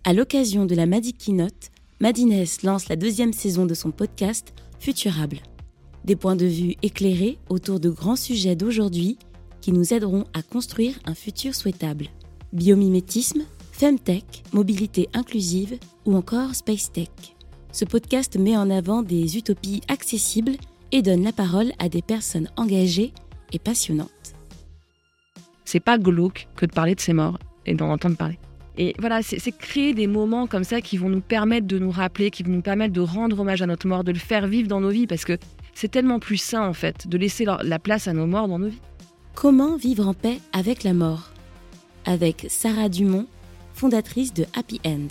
À l'occasion de la Madi Keynote, Madines lance la 2e saison de son podcast Futurable. Des points de vue éclairés autour de grands sujets d'aujourd'hui qui nous aideront à construire un futur souhaitable. Biomimétisme, Femtech, mobilité inclusive ou encore Space Tech. Ce podcast met en avant des utopies accessibles et donne la parole à des personnes engagées et passionnantes. C'est pas glauque que de parler de ces morts et d'en entendre parler. Et voilà, c'est créer des moments comme ça qui vont nous permettre de nous rappeler, qui vont nous permettre de rendre hommage à notre mort, de le faire vivre dans nos vies, parce que c'est tellement plus sain en fait, de laisser la place à nos morts dans nos vies. Comment vivre en paix avec la mort ? Avec Sarah Dumont, fondatrice de Happy End.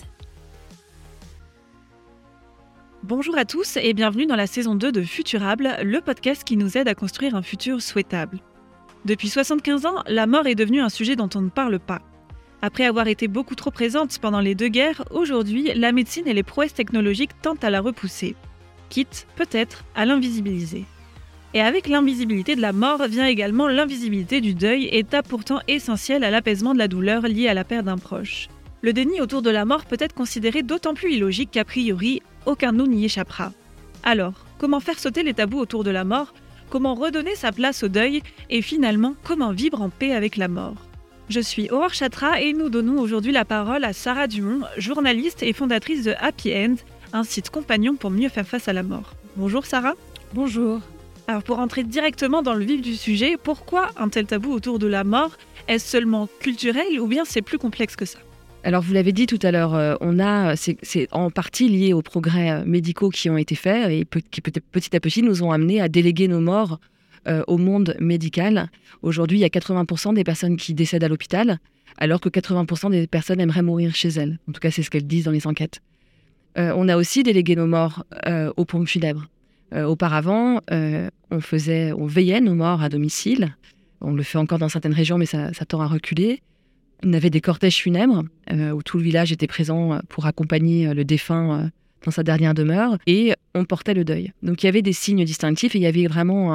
Bonjour à tous et bienvenue dans la saison 2 de Futurable, le podcast qui nous aide à construire un futur souhaitable. Depuis 75 ans, la mort est devenue un sujet dont on ne parle pas. Après avoir été beaucoup trop présente pendant les 2 guerres, aujourd'hui, la médecine et les prouesses technologiques tentent à la repousser, quitte, peut-être, à l'invisibiliser. Et avec l'invisibilité de la mort vient également l'invisibilité du deuil, étape pourtant essentielle à l'apaisement de la douleur liée à la perte d'un proche. Le déni autour de la mort peut être considéré d'autant plus illogique qu'a priori, aucun de nous n'y échappera. Alors, comment faire sauter les tabous autour de la mort ? Comment redonner sa place au deuil ? Et finalement, comment vivre en paix avec la mort ? Je suis Aurore Chatra et nous donnons aujourd'hui la parole à Sarah Dumont, journaliste et fondatrice de Happy End, un site compagnon pour mieux faire face à la mort. Bonjour Sarah. Bonjour. Alors pour entrer directement dans le vif du sujet, pourquoi un tel tabou autour de la mort ? Est-ce seulement culturel ou bien c'est plus complexe que ça ? Alors vous l'avez dit tout à l'heure, c'est en partie lié aux progrès médicaux qui ont été faits et qui petit à petit nous ont amenés à déléguer nos morts au monde médical. Aujourd'hui, il y a 80% des personnes qui décèdent à l'hôpital, alors que 80% des personnes aimeraient mourir chez elles. En tout cas, c'est ce qu'elles disent dans les enquêtes. On a aussi délégué nos morts aux pompes funèbres. Auparavant, on veillait nos morts à domicile. On le fait encore dans certaines régions, mais ça tend à reculer. On avait des cortèges funèbres où tout le village était présent pour accompagner le défunt dans sa dernière demeure et on portait le deuil. Donc il y avait des signes distinctifs et il y avait vraiment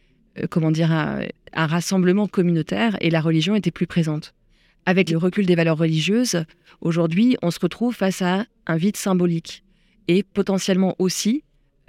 un rassemblement communautaire et la religion était plus présente. Avec le recul des valeurs religieuses, aujourd'hui, on se retrouve face à un vide symbolique et potentiellement aussi,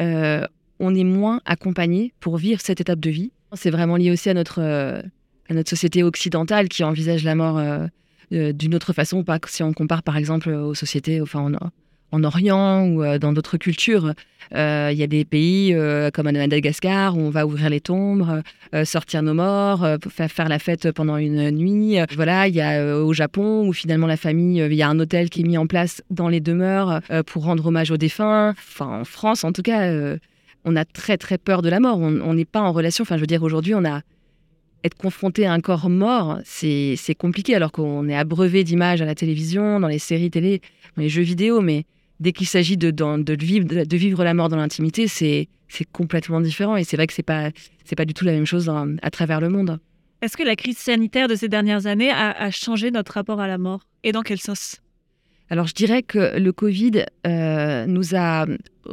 on est moins accompagné pour vivre cette étape de vie. C'est vraiment lié aussi à notre société occidentale qui envisage la mort d'une autre façon, pas si on compare par exemple aux sociétés en Orient ou dans d'autres cultures. Il y a des pays comme à Madagascar où on va ouvrir les tombes, sortir nos morts, faire la fête pendant une nuit. Voilà, il y a au Japon où finalement la famille, il y a un hôtel qui est mis en place dans les demeures pour rendre hommage aux défunts. Enfin, en France en tout cas, on a très très peur de la mort. On n'est pas en relation. Enfin, je veux dire, aujourd'hui, être confronté à un corps mort, c'est compliqué alors qu'on est abreuvé d'images à la télévision, dans les séries télé, dans les jeux vidéo, mais dès qu'il s'agit de vivre la mort dans l'intimité, c'est complètement différent et c'est vrai que c'est pas du tout la même chose à travers le monde. Est-ce que la crise sanitaire de ces dernières années a changé notre rapport à la mort ? Et dans quel sens ? Alors je dirais que le Covid nous a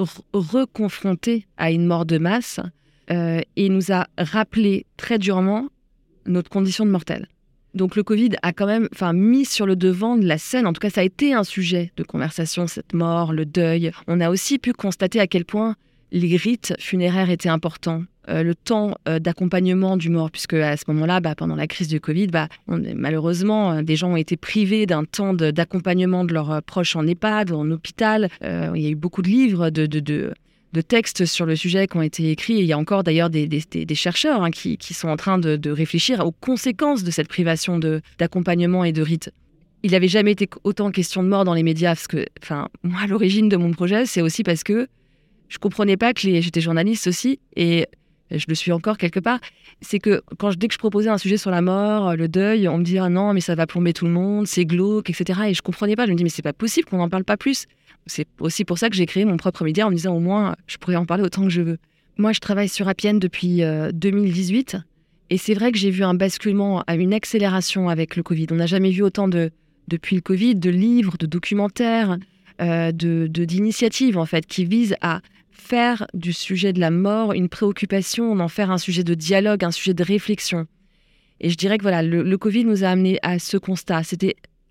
reconfrontés à une mort de masse et nous a rappelé très durement notre condition de mortel. Donc le Covid a quand même mis sur le devant de la scène, en tout cas ça a été un sujet de conversation, cette mort, le deuil. On a aussi pu constater à quel point les rites funéraires étaient importants, le temps d'accompagnement du mort, puisque à ce moment-là, pendant la crise du Covid, malheureusement, des gens ont été privés d'un temps d'accompagnement de leurs proches en EHPAD, en hôpital. Il y a eu beaucoup de livres, de textes sur le sujet qui ont été écrits. Et il y a encore d'ailleurs des chercheurs qui sont en train de réfléchir aux conséquences de cette privation d'accompagnement et de rites. Il n'avait jamais été autant question de mort dans les médias, parce que, moi, à l'origine de mon projet, c'est aussi parce que je ne comprenais pas j'étais journaliste aussi, et je le suis encore quelque part, c'est que dès que je proposais un sujet sur la mort, le deuil, on me disait « Ah non, mais ça va plomber tout le monde, c'est glauque, etc. » Et je ne comprenais pas, je me dis « Mais c'est pas possible qu'on n'en parle pas plus !» C'est aussi pour ça que j'ai créé mon propre média en me disant « Au moins, je pourrais en parler autant que je veux ». Moi, je travaille sur Happy End depuis 2018, et c'est vrai que j'ai vu un basculement, une accélération avec le Covid. On n'a jamais vu autant depuis le Covid, de livres, de documentaires, d'initiatives en fait, qui visent à faire du sujet de la mort une préoccupation, d'en faire un sujet de dialogue, un sujet de réflexion. Et je dirais que voilà, le Covid nous a amené à ce constat. C'était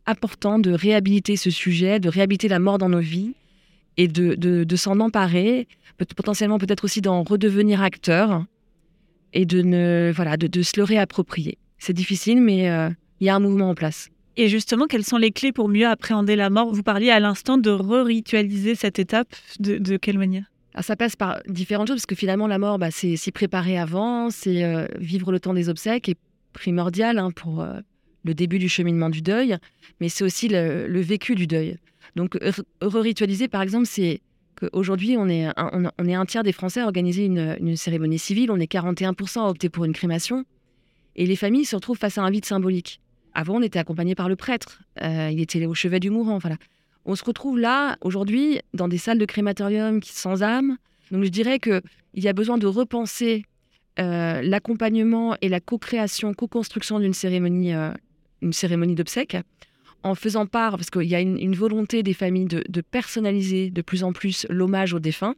important de réhabiliter ce sujet, de réhabiliter la mort dans nos vies et de s'en emparer, potentiellement peut-être aussi d'en redevenir acteur et de se le réapproprier. C'est difficile, mais il y a un mouvement en place. Et justement, quelles sont les clés pour mieux appréhender la mort ? Vous parliez à l'instant de re-ritualiser cette étape. De quelle manière ? Alors, ça passe par différentes choses, parce que finalement, la mort, c'est s'y préparer avant, c'est vivre le temps des obsèques, est primordial pour le début du cheminement du deuil, mais c'est aussi le vécu du deuil. Donc, re-ritualiser, par exemple, c'est qu'aujourd'hui, on est un tiers des Français à organiser une cérémonie civile, on est 41% à opter pour une crémation, et les familles se retrouvent face à un vide symbolique. Avant, on était accompagné par le prêtre, il était au chevet du mourant, voilà. On se retrouve là, aujourd'hui, dans des salles de crématorium sans âme. Donc, je dirais qu'il y a besoin de repenser l'accompagnement et la co-création, co-construction d'une cérémonie, une cérémonie d'obsèques, en faisant part, parce qu'il y a une volonté des familles de personnaliser de plus en plus l'hommage aux défunts.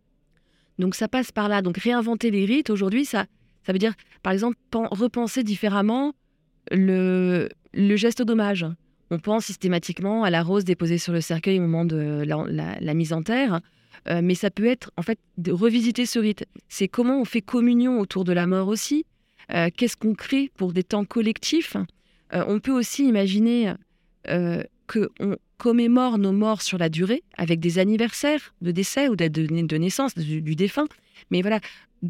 Donc, ça passe par là. Donc, réinventer les rites, aujourd'hui, ça veut dire, par exemple, repenser différemment le geste d'hommage. On pense systématiquement à la rose déposée sur le cercueil au moment de la mise en terre, mais ça peut être, en fait, de revisiter ce rite. C'est comment on fait communion autour de la mort aussi. Qu'est-ce qu'on crée pour des temps collectifs ? On peut aussi imaginer qu'on commémore nos morts sur la durée, avec des anniversaires de décès ou de naissance du défunt. Mais voilà,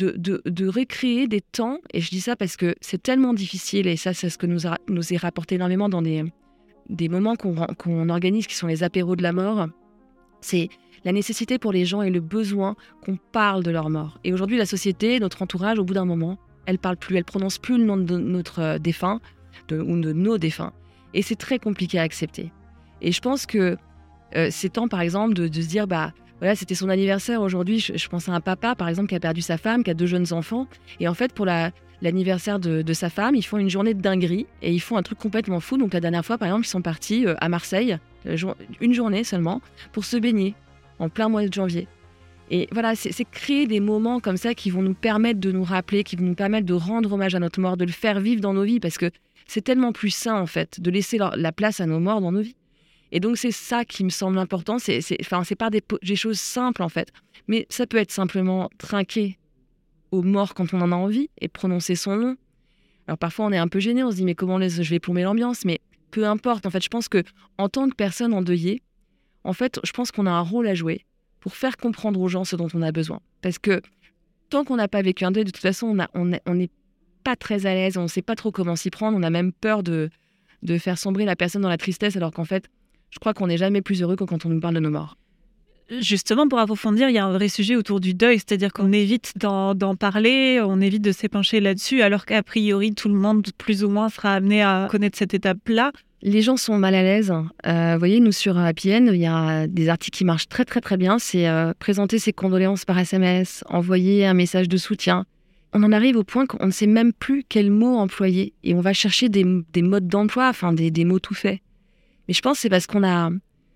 de recréer des temps, et je dis ça parce que c'est tellement difficile, et ça, c'est ce que nous est rapporté énormément dans des moments qu'on organise, qui sont les apéros de la mort. C'est la nécessité pour les gens et le besoin qu'on parle de leur mort. Et aujourd'hui, la société, notre entourage, au bout d'un moment, elle parle plus, elle prononce plus le nom de notre défunt ou de nos défunts. Et c'est très compliqué à accepter. Et je pense que c'est temps, par exemple, de se dire, voilà, c'était son anniversaire aujourd'hui. Je pense à un papa, par exemple, qui a perdu sa femme, qui a 2 jeunes enfants. Et en fait, pour l'anniversaire de sa femme, ils font une journée de dinguerie et ils font un truc complètement fou. Donc la dernière fois, par exemple, ils sont partis à Marseille, une journée seulement, pour se baigner en plein mois de janvier. Et voilà, c'est créer des moments comme ça qui vont nous permettre de nous rappeler, qui vont nous permettre de rendre hommage à notre mort, de le faire vivre dans nos vies, parce que c'est tellement plus sain, en fait, de laisser la place à nos morts dans nos vies. Et donc, c'est ça qui me semble important. C'est par des choses simples, en fait. Mais ça peut être simplement trinquer aux morts quand on en a envie et prononcer son nom. Alors, parfois, on est un peu gêné. On se dit, mais comment je vais plomber l'ambiance ? Mais peu importe. En fait, je pense qu'en tant que personne endeuillée, en fait, je pense qu'on a un rôle à jouer pour faire comprendre aux gens ce dont on a besoin. Parce que tant qu'on n'a pas vécu un deuil, de toute façon, on n'est pas très à l'aise. On ne sait pas trop comment s'y prendre. On a même peur de faire sombrer la personne dans la tristesse, alors qu'en fait, je crois qu'on n'est jamais plus heureux que quand on nous parle de nos morts. Justement, pour approfondir, il y a un vrai sujet autour du deuil, c'est-à-dire qu'on évite d'en parler, on évite de s'épancher là-dessus, alors qu'a priori, tout le monde, plus ou moins, sera amené à connaître cette étape-là. Les gens sont mal à l'aise. Vous voyez, nous, sur Happy End, il y a des articles qui marchent très, très, très bien. C'est présenter ses condoléances par SMS, envoyer un message de soutien. On en arrive au point qu'on ne sait même plus quel mot employer. Et on va chercher des modes d'emploi, enfin des mots tout faits. Mais je pense que c'est parce qu'on a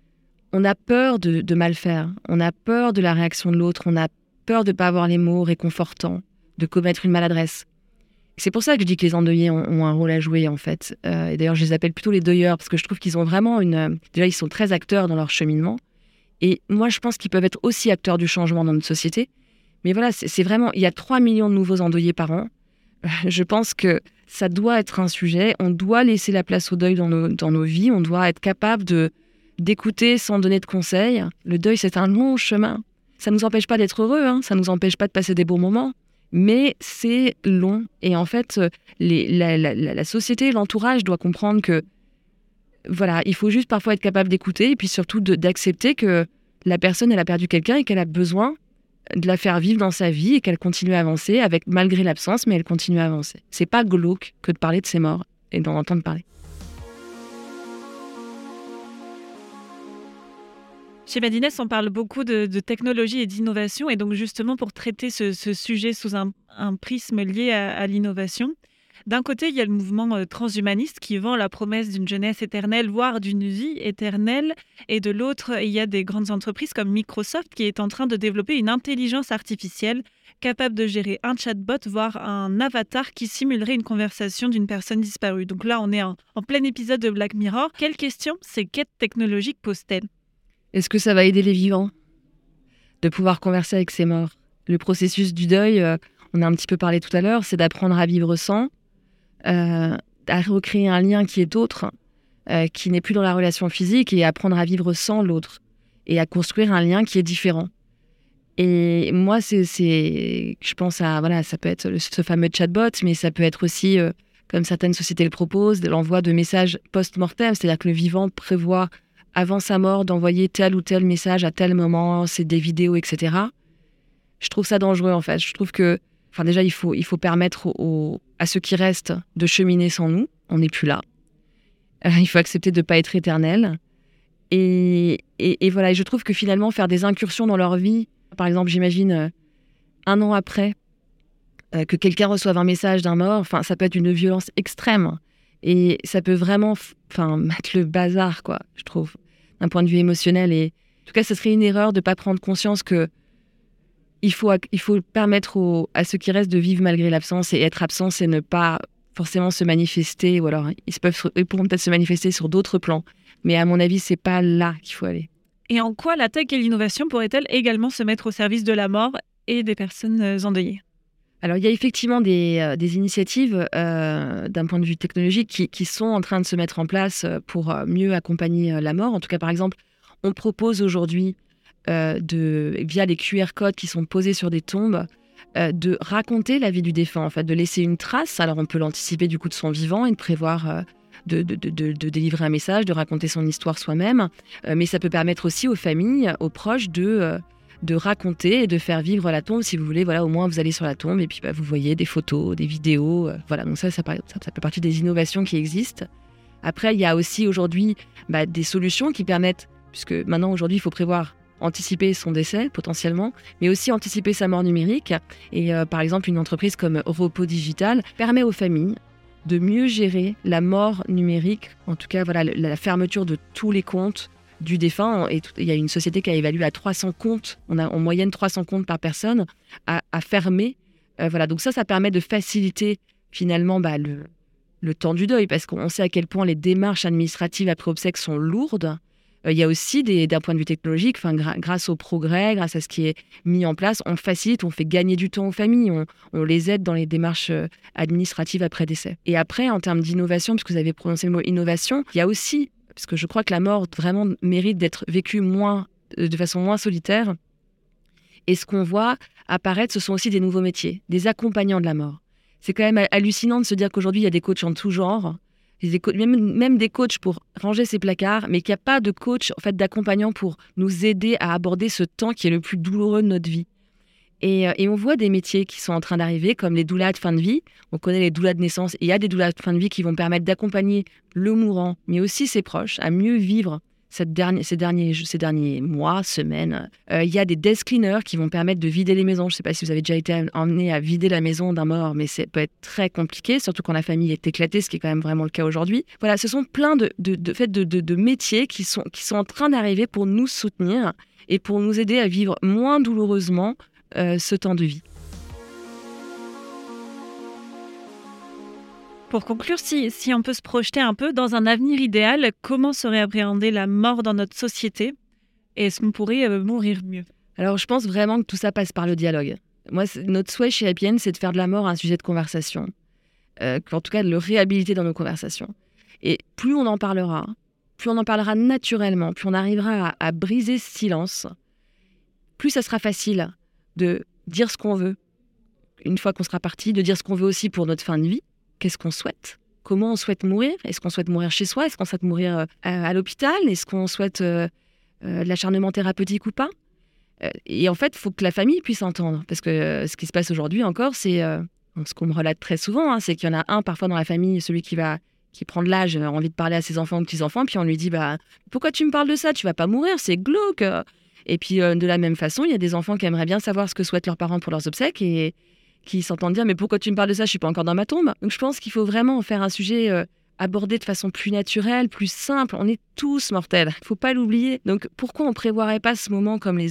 peur de mal faire. On a peur de la réaction de l'autre. On a peur de ne pas avoir les mots réconfortants, de commettre une maladresse. C'est pour ça que je dis que les endeuillés ont un rôle à jouer, en fait. Et d'ailleurs, je les appelle plutôt les deuilleurs, parce que je trouve qu'ils ont vraiment déjà, ils sont très acteurs dans leur cheminement. Et moi, je pense qu'ils peuvent être aussi acteurs du changement dans notre société. Mais voilà, c'est vraiment... Il y a 3 millions de nouveaux endeuillés par an. Je pense que ça doit être un sujet. On doit laisser la place au deuil dans nos vies. On doit être capable d'écouter sans donner de conseils. Le deuil, c'est un long chemin. Ça ne nous empêche pas d'être heureux, hein. Ça ne nous empêche pas de passer des bons moments. Mais c'est long. Et en fait, la société, l'entourage doit comprendre que voilà, il faut juste parfois être capable d'écouter et puis surtout d'accepter que la personne, elle a perdu quelqu'un et qu'elle a besoin de la faire vivre dans sa vie et qu'elle continue à avancer malgré l'absence, mais elle continue à avancer. C'est pas glauque que de parler de ses morts et d'en entendre parler. Chez Madines, on parle beaucoup de technologie et d'innovation, et donc justement pour traiter ce sujet sous un prisme lié à l'innovation, d'un côté, il y a le mouvement transhumaniste qui vend la promesse d'une jeunesse éternelle, voire d'une vie éternelle, et de l'autre, il y a des grandes entreprises comme Microsoft qui est en train de développer une intelligence artificielle capable de gérer un chatbot, voire un avatar qui simulerait une conversation d'une personne disparue. Donc là, on est en plein épisode de Black Mirror. Quelle question ces quêtes technologiques posent-elles ? Est-ce que ça va aider les vivants de pouvoir converser avec ces morts ? Le processus du deuil, on a un petit peu parlé tout à l'heure, c'est d'apprendre à vivre sans, à recréer un lien qui est autre, qui n'est plus dans la relation physique, et apprendre à vivre sans l'autre, et à construire un lien qui est différent. Et moi, je pense à, voilà, ça peut être ce fameux chatbot, mais ça peut être aussi, comme certaines sociétés le proposent, l'envoi de messages post-mortem, c'est-à-dire que le vivant prévoit, avant sa mort, d'envoyer tel ou tel message à tel moment, c'est des vidéos, etc. Je trouve ça dangereux, en fait. Je trouve que, déjà, il faut permettre à ceux qui restent de cheminer sans nous. On n'est plus là. Il faut accepter de ne pas être éternel. Et voilà, et je trouve que finalement, faire des incursions dans leur vie, par exemple, j'imagine 1 an après que quelqu'un reçoive un message d'un mort, ça peut être une violence extrême. Et ça peut vraiment mettre le bazar, quoi, je trouve, d'un point de vue émotionnel. Et en tout cas, ce serait une erreur de ne pas prendre conscience que il faut permettre à ceux qui restent de vivre malgré l'absence, et être absent, c'est ne pas forcément se manifester, ou alors ils pourront peut-être se manifester sur d'autres plans. Mais à mon avis, c'est pas là qu'il faut aller. Et en quoi la tech et l'innovation pourraient-elles également se mettre au service de la mort et des personnes endeuillées ? Alors, il y a effectivement des initiatives d'un point de vue technologique qui sont en train de se mettre en place pour mieux accompagner la mort. En tout cas, par exemple, on propose aujourd'hui, via les QR codes qui sont posés sur des tombes, de raconter la vie du défunt, en fait, de laisser une trace. Alors, on peut l'anticiper du coup de son vivant et de prévoir de délivrer un message, de raconter son histoire soi-même. Mais ça peut permettre aussi aux familles, aux proches de raconter et de faire vivre la tombe. Si vous voulez, voilà, au moins vous allez sur la tombe et puis vous voyez des photos, des vidéos. Voilà, donc ça fait partie des innovations qui existent. Après, il y a aussi aujourd'hui des solutions qui permettent, puisque maintenant aujourd'hui il faut prévoir, anticiper son décès potentiellement, mais aussi anticiper sa mort numérique. Et par exemple, une entreprise comme Repos Digital permet aux familles de mieux gérer la mort numérique, en tout cas voilà, la fermeture de tous les comptes du défunt. Et il y a une société qui a évalué à 300 comptes, on a en moyenne 300 comptes par personne à fermer. Voilà, donc ça permet de faciliter finalement le temps du deuil, parce qu'on sait à quel point les démarches administratives après obsèques sont lourdes. Il y a aussi, d'un point de vue technologique, grâce au progrès, grâce à ce qui est mis en place, on facilite, on fait gagner du temps aux familles, on les aide dans les démarches administratives après décès. Et après, en termes d'innovation, puisque vous avez prononcé le mot innovation, il y a aussi, parce que je crois que la mort vraiment mérite d'être vécue de façon moins solitaire, et ce qu'on voit apparaître, ce sont aussi des nouveaux métiers, des accompagnants de la mort. C'est quand même hallucinant de se dire qu'aujourd'hui, il y a des coachs en tout genre, même des coachs pour ranger ses placards, mais qu'il n'y a pas de coach, en fait, d'accompagnant pour nous aider à aborder ce temps qui est le plus douloureux de notre vie. Et on voit des métiers qui sont en train d'arriver, comme les doulas de fin de vie. On connaît les doulas de naissance, et il y a des doulas de fin de vie qui vont permettre d'accompagner le mourant, mais aussi ses proches, à mieux vivre ces derniers mois, semaines. Il y a des desk cleaners qui vont permettre de vider les maisons. Je ne sais pas si vous avez déjà été emmené à vider la maison d'un mort, mais ça peut être très compliqué, surtout quand la famille est éclatée, ce qui est quand même vraiment le cas aujourd'hui. Voilà, ce sont plein de métiers qui sont en train d'arriver pour nous soutenir et pour nous aider à vivre moins douloureusement ce temps de vie. Pour conclure, si on peut se projeter un peu dans un avenir idéal, comment serait appréhendée la mort dans notre société ? Et est-ce qu'on pourrait mourir mieux ? Alors, je pense vraiment que tout ça passe par le dialogue. Moi, notre souhait chez Happy End, c'est de faire de la mort un sujet de conversation. En tout cas, de le réhabiliter dans nos conversations. Et plus on en parlera naturellement, plus on arrivera à briser ce silence, plus ça sera facile de dire ce qu'on veut une fois qu'on sera parti, de dire ce qu'on veut aussi pour notre fin de vie. Qu'est-ce qu'on souhaite ? Comment on souhaite mourir ? Est-ce qu'on souhaite mourir chez soi ? Est-ce qu'on souhaite mourir à l'hôpital ? Est-ce qu'on souhaite de l'acharnement thérapeutique ou pas ? Et en fait, il faut que la famille puisse entendre. Parce que ce qui se passe aujourd'hui encore, c'est ce qu'on me relate très souvent, c'est qu'il y en a un parfois dans la famille, celui qui prend de l'âge, a envie de parler à ses enfants ou petits-enfants, puis on lui dit « Pourquoi tu me parles de ça ? Tu vas pas mourir, c'est glauque !» Et puis de la même façon, il y a des enfants qui aimeraient bien savoir ce que souhaitent leurs parents pour leurs obsèques et qui s'entendent dire « Mais pourquoi tu me parles de ça ? Je suis pas encore dans ma tombe !» Donc je pense qu'il faut vraiment en faire un sujet abordé de façon plus naturelle, plus simple. On est tous mortels, il faut pas l'oublier. Donc pourquoi on prévoirait pas ce moment comme les autres ?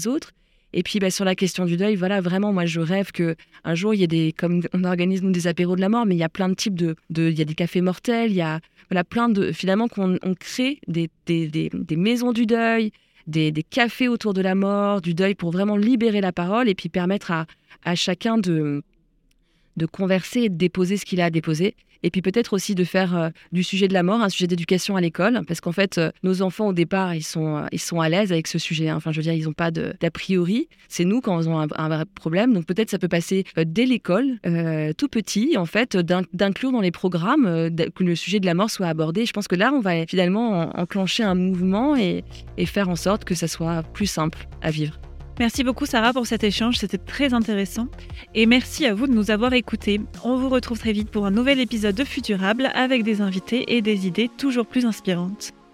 Et puis sur la question du deuil, voilà, vraiment, moi je rêve qu'un jour il y ait comme on organise nous des apéros de la mort, mais il y a plein de types il y a des cafés mortels, il y a plein de, finalement qu'on crée des maisons du deuil, des cafés autour de la mort, du deuil, pour vraiment libérer la parole et puis permettre à chacun de converser et de déposer ce qu'il a à déposer. Et puis peut-être aussi de faire du sujet de la mort un sujet d'éducation à l'école, parce qu'en fait, nos enfants, au départ, ils sont à l'aise avec ce sujet. Enfin, je veux dire, ils n'ont pas d'a priori. C'est nous quand ils ont un vrai problème. Donc peut-être ça peut passer dès l'école, tout petit, en fait, d'inclure dans les programmes que le sujet de la mort soit abordé. Je pense que là, on va finalement enclencher un mouvement et faire en sorte que ça soit plus simple à vivre. Merci beaucoup Sarah pour cet échange, c'était très intéressant. Et merci à vous de nous avoir écoutés. On vous retrouve très vite pour un nouvel épisode de Futurable avec des invités et des idées toujours plus inspirantes.